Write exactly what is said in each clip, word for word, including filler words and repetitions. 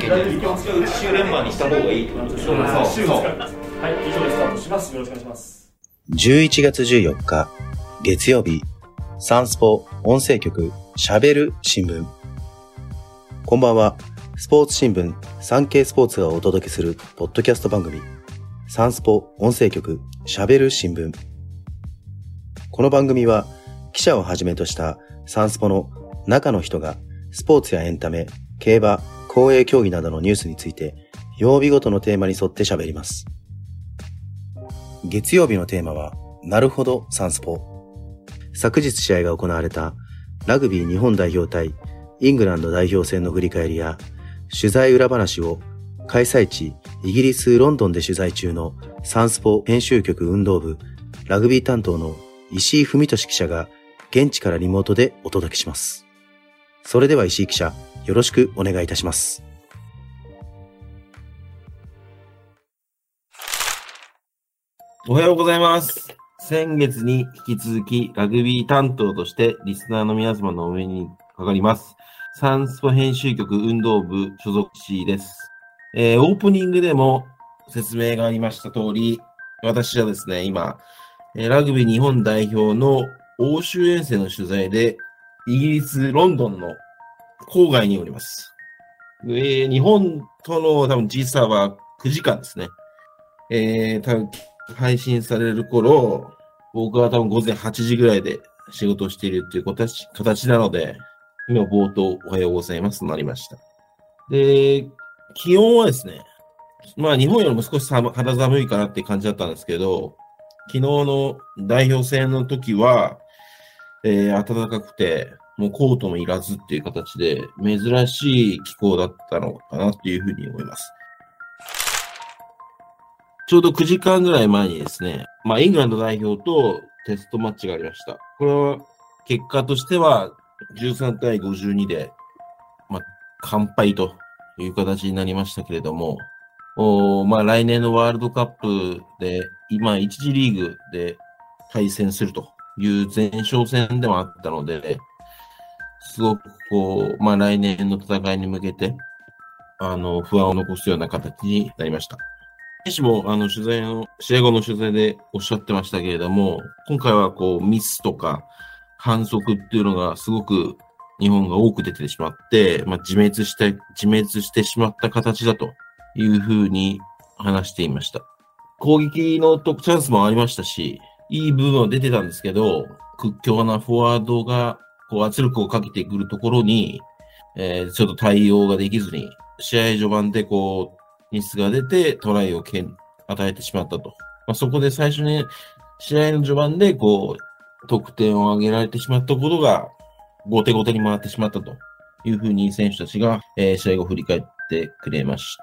いい週連番にした方がいいってことですよね。 そうそう。はい、以上でスタートします。よろしくお願いします。 じゅういちがつじゅうよっか、月曜日、サンスポ音声局しゃべる新聞。こんばんは。スポーツ新聞サンケイスポーツがお届けするポッドキャスト番組、サンスポ音声局しゃべる新聞。この番組は記者をはじめとしたサンスポの中の人がスポーツやエンタメ、競馬、公営競技などのニュースについて曜日ごとのテーマに沿って喋ります。月曜日のテーマはなるほどサンスポ。昨日試合が行われたラグビー日本代表対イングランド代表戦の振り返りや取材裏話を開催地イギリスロンドンで取材中のサンスポ編集局運動部ラグビー担当の石井文俊記者が現地からリモートでお届けします。それでは石井記者、よろしくお願いいたします。 おはようございます。先月に引き続きラグビー担当としてリスナーの皆様の上にかかります。サンスポ編集局運動部所属士です。えー、オープニングでも説明がありました通り、私はですね、今、ラグビー日本代表の欧州遠征の取材でイギリス・ロンドンの郊外におります。えー、日本との多分時差はくじかんですね。えー、多分配信される頃、僕は多分午前はちじぐらいで仕事をしているという形、形なので、今冒頭おはようございますとなりました。で、気温はですね、まあ日本よりも少し寒肌寒いかなって感じだったんですけど、昨日の代表戦の時は、えー、暖かくて、もうコートもいらずっていう形で、珍しい気候だったのかなっていうふうに思います。ちょうどくじかんぐらい前にですね、まあイングランド代表とテストマッチがありました。これは結果としてはじゅうさんたいごじゅうにで、まあ完敗という形になりましたけれども、おまあ来年のワールドカップで今いち次リーグで対戦するという前哨戦でもあったので、すごくこう、まあ来年の戦いに向けて、あの、不安を残すような形になりました。選手もあの取材の、試合後の取材でおっしゃってましたけれども、今回はこうミスとか反則っていうのがすごく日本が多く出てしまって、まあ自滅して、自滅してしまった形だというふうに話していました。攻撃のチャンスもありましたし、いい部分は出てたんですけど、屈強なフォワードがこう圧力をかけてくるところに、えー、ちょっと対応ができずに、試合序盤でこう、ミスが出てトライをけん与えてしまったと。まあ、そこで最初に試合の序盤でこう、得点を挙げられてしまったことが、後手後手に回ってしまったというふうに選手たちが、えー、試合後振り返ってくれました。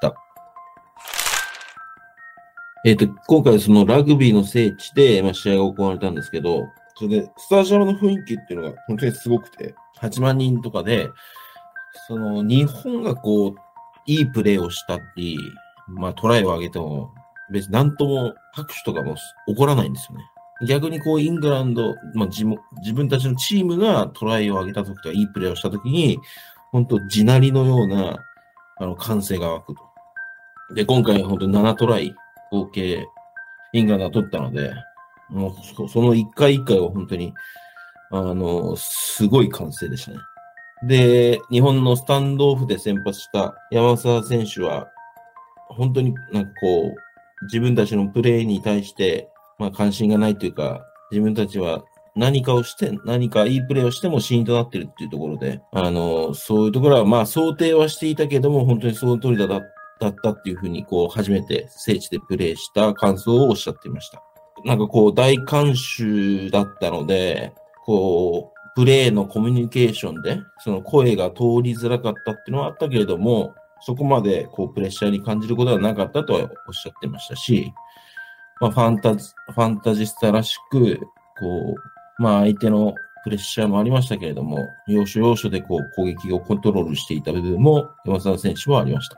えっと、今回そのラグビーの聖地で、まあ、試合が行われたんですけど、それで、スタジアムの雰囲気っていうのが本当にすごくて、はちまんにんとかで、その、日本がこう、いいプレーをしたり、まあトライを上げても、別になんとも拍手とかも起こらないんですよね。逆にこう、イングランド、まあ自分、自分たちのチームがトライを上げた時とか、いいプレーをした時に、本当地鳴りのような、あの、歓声が湧くと。で、今回本当にななトライ、合計、イングランドが取ったので、もう、その一回一回は本当に、あの、すごい歓声でしたね。で、日本のスタンドオフで先発した山沢選手は、本当になんかこう、自分たちのプレーに対して、まあ関心がないというか、自分たちは何かをして、何かいいプレーをしても死因となっているっていうところで、あの、そういうところはまあ想定はしていたけども、本当にその通りだだったっていうふうに、こう、初めて聖地でプレーした感想をおっしゃっていました。なんかこう、大観衆だったので、こう、プレーのコミュニケーションで、その声が通りづらかったっていうのはあったけれども、そこまでこうプレッシャーに感じることはなかったとはおっしゃってましたし、まあ、ファンタジ、ファンタジスタらしく、こう、まあ相手のプレッシャーもありましたけれども、要所要所でこう攻撃をコントロールしていた部分も山沢選手はありました。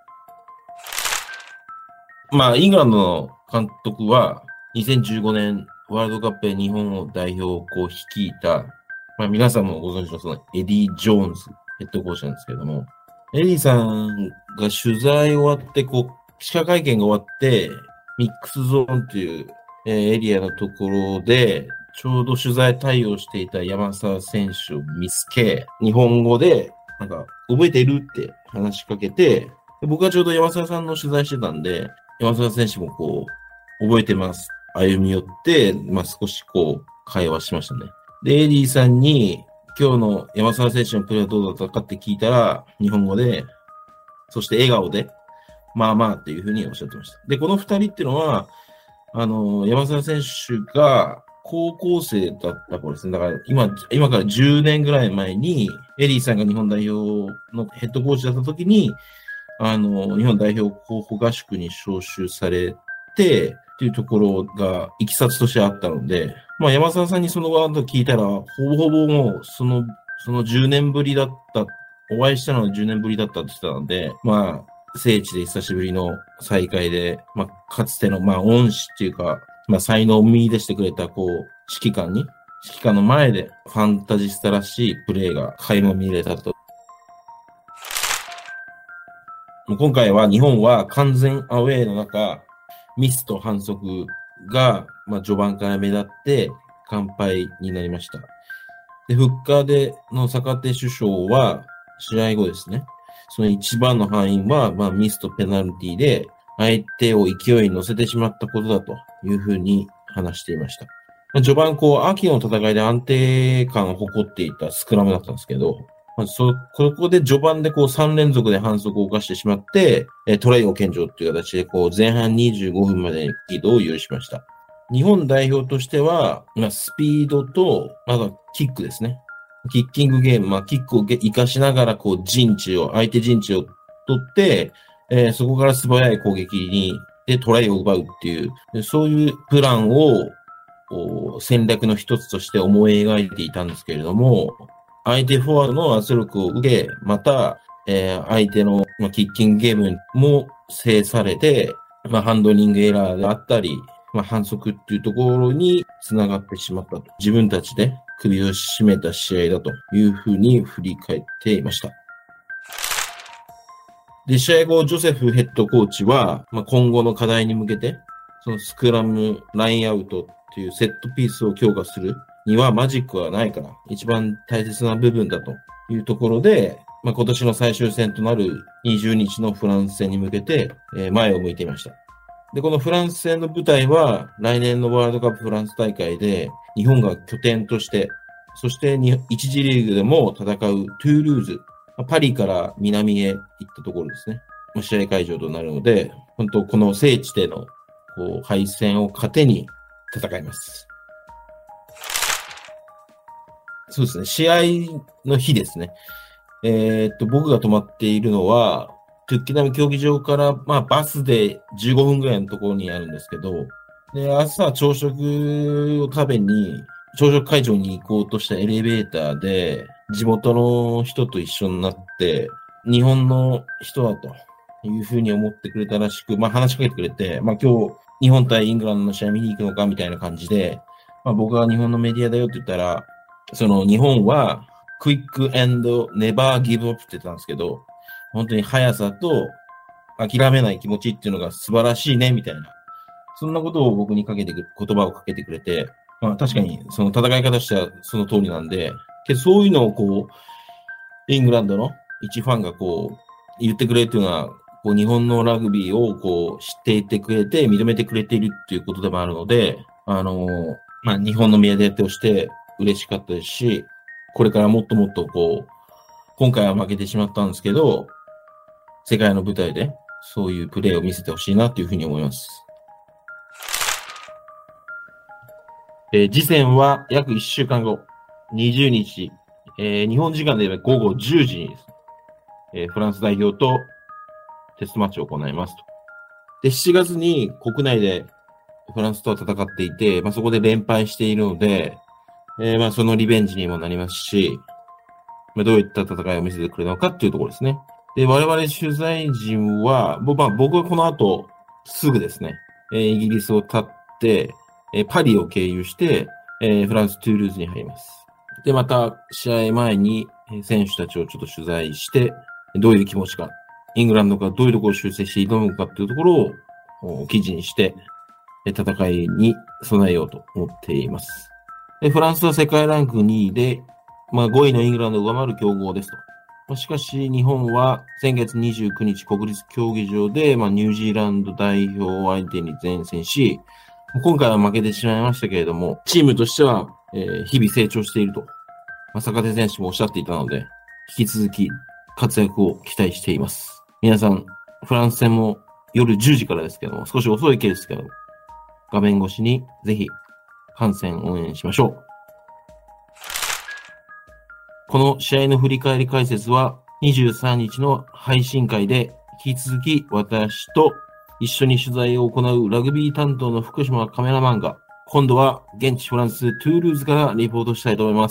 まあ、イングランドの監督は、にせんじゅうごねんワールドカップで日本を代表をこう率いた、まあ皆さんもご存知のそのエディ・ジョーンズヘッドコーチなんですけれども、エディさんが取材終わって、こう、記者会見が終わって、ミックスゾーンっていう、えーエリアのところで、ちょうど取材対応していた山沢選手を見つけ、日本語で、なんか、覚えてるって話しかけて、で僕はちょうど山沢さんの取材してたんで、山沢選手もこう、覚えてます。歩み寄って、まあ、少しこう、会話しましたね。で、エディさんに、今日の山沢選手のプレーはどうだったかって聞いたら、日本語で、そして笑顔で、まあまあっていうふうにおっしゃってました。で、この二人っていうのは、あの、山沢選手が高校生だった頃ですね。だから今、今からじゅうねんぐらい前に、エディさんが日本代表のヘッドコーチだった時に、あの、日本代表候補合宿に招集されて、っていうところが、いきさつとしてあったので、まあ山沢さんにそのワード聞いたら、ほぼほぼもう、その、そのじゅうねんぶりだった、お会いしたのはじゅうねんぶりだったって言ってたので、まあ、聖地で久しぶりの再会で、まあ、かつての、まあ、恩師っていうか、まあ、才能を見出してくれた、こう、指揮官に、指揮官の前で、ファンタジスタらしいプレーが垣間見れたと。もう今回は日本は完全アウェーの中、ミスと反則が、まあ、序盤から目立って完敗になりました。で、フッカーでの坂手首相は、試合後ですね。その一番の敗因は、まあ、ミスとペナルティで、相手を勢いに乗せてしまったことだというふうに話していました。序盤、こう、秋の戦いで安定感を誇っていたスクラムだったんですけど、まあ、そ、ここで序盤でこうさん連続で反則を犯してしまって、えトライを献上っていう形で、こう、前半にじゅうごふんまでにリードを許しました。日本代表としては、まあ、スピードと、まだキックですね。キッキングゲーム、まあ、キックを活かしながら、こう、陣地を、相手陣地を取って、えー、そこから素早い攻撃に、で、トライを奪うっていう、そういうプランを、戦略の一つとして思い描いていたんですけれども、相手フォワードの圧力を受け、また、えー、相手の、まあ、キッキングゲームも制されて、まあ、ハンドリングエラーであったり、まあ、反則っていうところに繋がってしまったと。自分たちで首を絞めた試合だというふうに振り返っていました。で、試合後、ジョセフヘッドコーチは、まあ、今後の課題に向けて、そのスクラム、ラインアウトっていうセットピースを強化するにはマジックはないから、一番大切な部分だというところで、まあ、今年の最終戦となるにじゅうにちのフランス戦に向けて、えー、前を向いていました。で、このフランス戦の舞台は、来年のワールドカップフランス大会で、日本が拠点として、そしてに一次リーグでも戦うトゥールーズ、パリから南へ行ったところですね。試合会場となるので、本当この聖地でのこう敗戦を糧に戦います。そうですね。試合の日ですね。えー、っと、僕が泊まっているのは、トゥッケナム競技場から、まあ、バスでじゅうごふんぐらいのところにあるんですけど、で、朝朝食を食べに、朝食会場に行こうとしたエレベーターで、地元の人と一緒になって、日本の人だというふうに思ってくれたらしく、まあ話しかけてくれて、まあ今日日本対イングランドの試合見に行くのかみたいな感じで、まあ僕が日本のメディアだよって言ったら、その日本はクイック&ネバーギブアップって言ってたんですけど、本当に速さと諦めない気持ちっていうのが素晴らしいねみたいな、そんなことを僕にかけてくる、言葉をかけてくれて、まあ確かにその戦い方としてはその通りなんで、けどそういうのをこう、イングランドの一ファンがこう、言ってくれるっていうのは、こう日本のラグビーをこう知っていてくれて、認めてくれているっていうことでもあるので、あの、まあ日本のメディアとして嬉しかったですし、これからもっともっとこう、今回は負けてしまったんですけど、世界の舞台でそういうプレーを見せてほしいなというふうに思います。えー、次戦は約いっしゅうかんご、にじゅうにち、えー、日本時間で言えば午後じゅうじにです、えー、フランス代表とテストマッチを行いますと。で、しちがつに国内でフランスとは戦っていて、まあ、そこで連敗しているので、えー、まあそのリベンジにもなりますし、まあ、どういった戦いを見せてくれるのかっていうところですね。で、我々取材陣は、まあ、僕はこの後すぐですね、えー、イギリスを立って、えー、パリを経由して、えー、フランス・トゥールーズに入ります。で、また試合前に選手たちをちょっと取材して、どういう気持ちか、 イングランドがどういうところを修正して挑むかっていうところを記事にして、戦いに備えようと思っています。でフランスは世界ランクにいで、まあ、ごいのイングランドを上回る強豪ですと。まあ、しかし、日本は先月にじゅうくにち国立競技場で、まあ、ニュージーランド代表を相手に善戦し、今回は負けてしまいましたけれども、チームとしては、えー、日々成長していると、まあ、坂手選手もおっしゃっていたので、引き続き活躍を期待しています。皆さん、フランス戦も夜じゅうじからですけども、少し遅いケースですけども、画面越しにぜひ観戦応援しましょう。この試合の振り返り解説はにじゅうさんにちの配信会で引き続き私と一緒に取材を行うラグビー担当の福島カメラマンが今度は現地フランス・トゥールーズからリポートしたいと思います。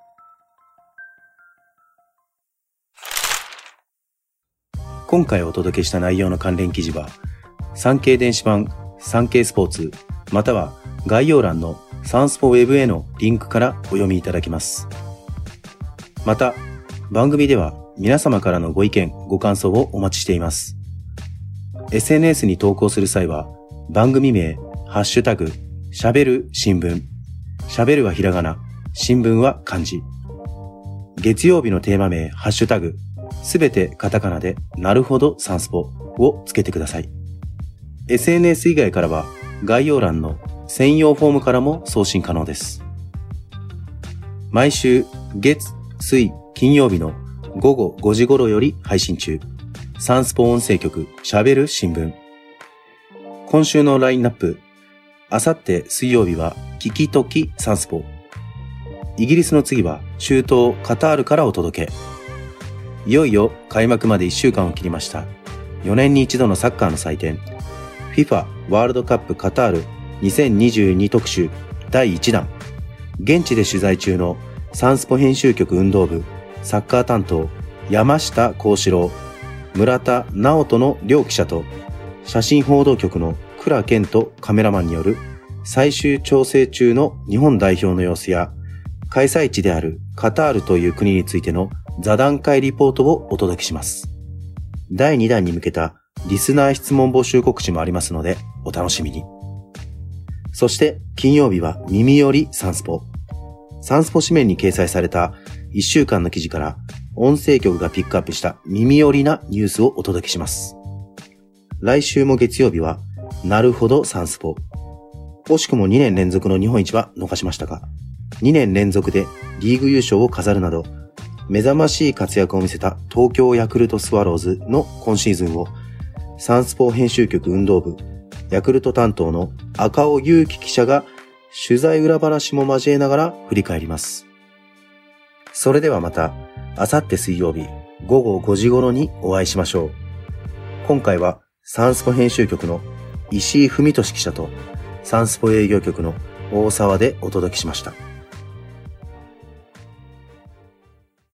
今回お届けした内容の関連記事は産経電子版産経スポーツまたは概要欄のサンスポウェブへのリンクからお読みいただけます。また、番組では皆様からのご意見、ご感想をお待ちしています。エスエヌエス に投稿する際は、番組名、ハッシュタグ、しゃべる新聞。しゃべるはひらがな、新聞は漢字。月曜日のテーマ名、ハッシュタグ、すべてカタカナで、なるほどサンスポをつけてください。エスエヌエス 以外からは、概要欄の専用フォームからも送信可能です。毎週、月、水、金曜日のごごごじ頃より配信中。サンスポ音声局しゃべる新聞。今週のラインナップ。あさって水曜日は聞きときサンスポ。イギリスの次は中東カタールからお届け。いよいよ開幕までいっしゅうかんを切りました。よねんに一度のサッカーの祭典。フィファ ワールドカップカタールにせんにじゅうに特集だいいちだん。現地で取材中のサンスポ編集局運動部サッカー担当山下幸四郎、村田直人の両記者と写真報道局の倉健人カメラマンによる最終調整中の日本代表の様子や開催地であるカタールという国についての座談会リポートをお届けします。だいにだんに向けたリスナー質問募集告知もありますのでお楽しみに。そして金曜日は耳よりサンスポ。サンスポ紙面に掲載されたいっしゅうかんの記事から音声局がピックアップした耳寄りなニュースをお届けします。来週も月曜日はなるほどサンスポ。惜しくもにねん連続の日本一は逃しましたが、にねん連続でリーグ優勝を飾るなど目覚ましい活躍を見せた東京ヤクルトスワローズの今シーズンをサンスポ編集局運動部ヤクルト担当の赤尾祐樹記者が取材裏話も交えながら振り返ります。それではまた、あさって水曜日ごごごじ頃にお会いしましょう。今回はサンスポ編集局の石井文俊記者とサンスポ営業局の大沢でお届けしました。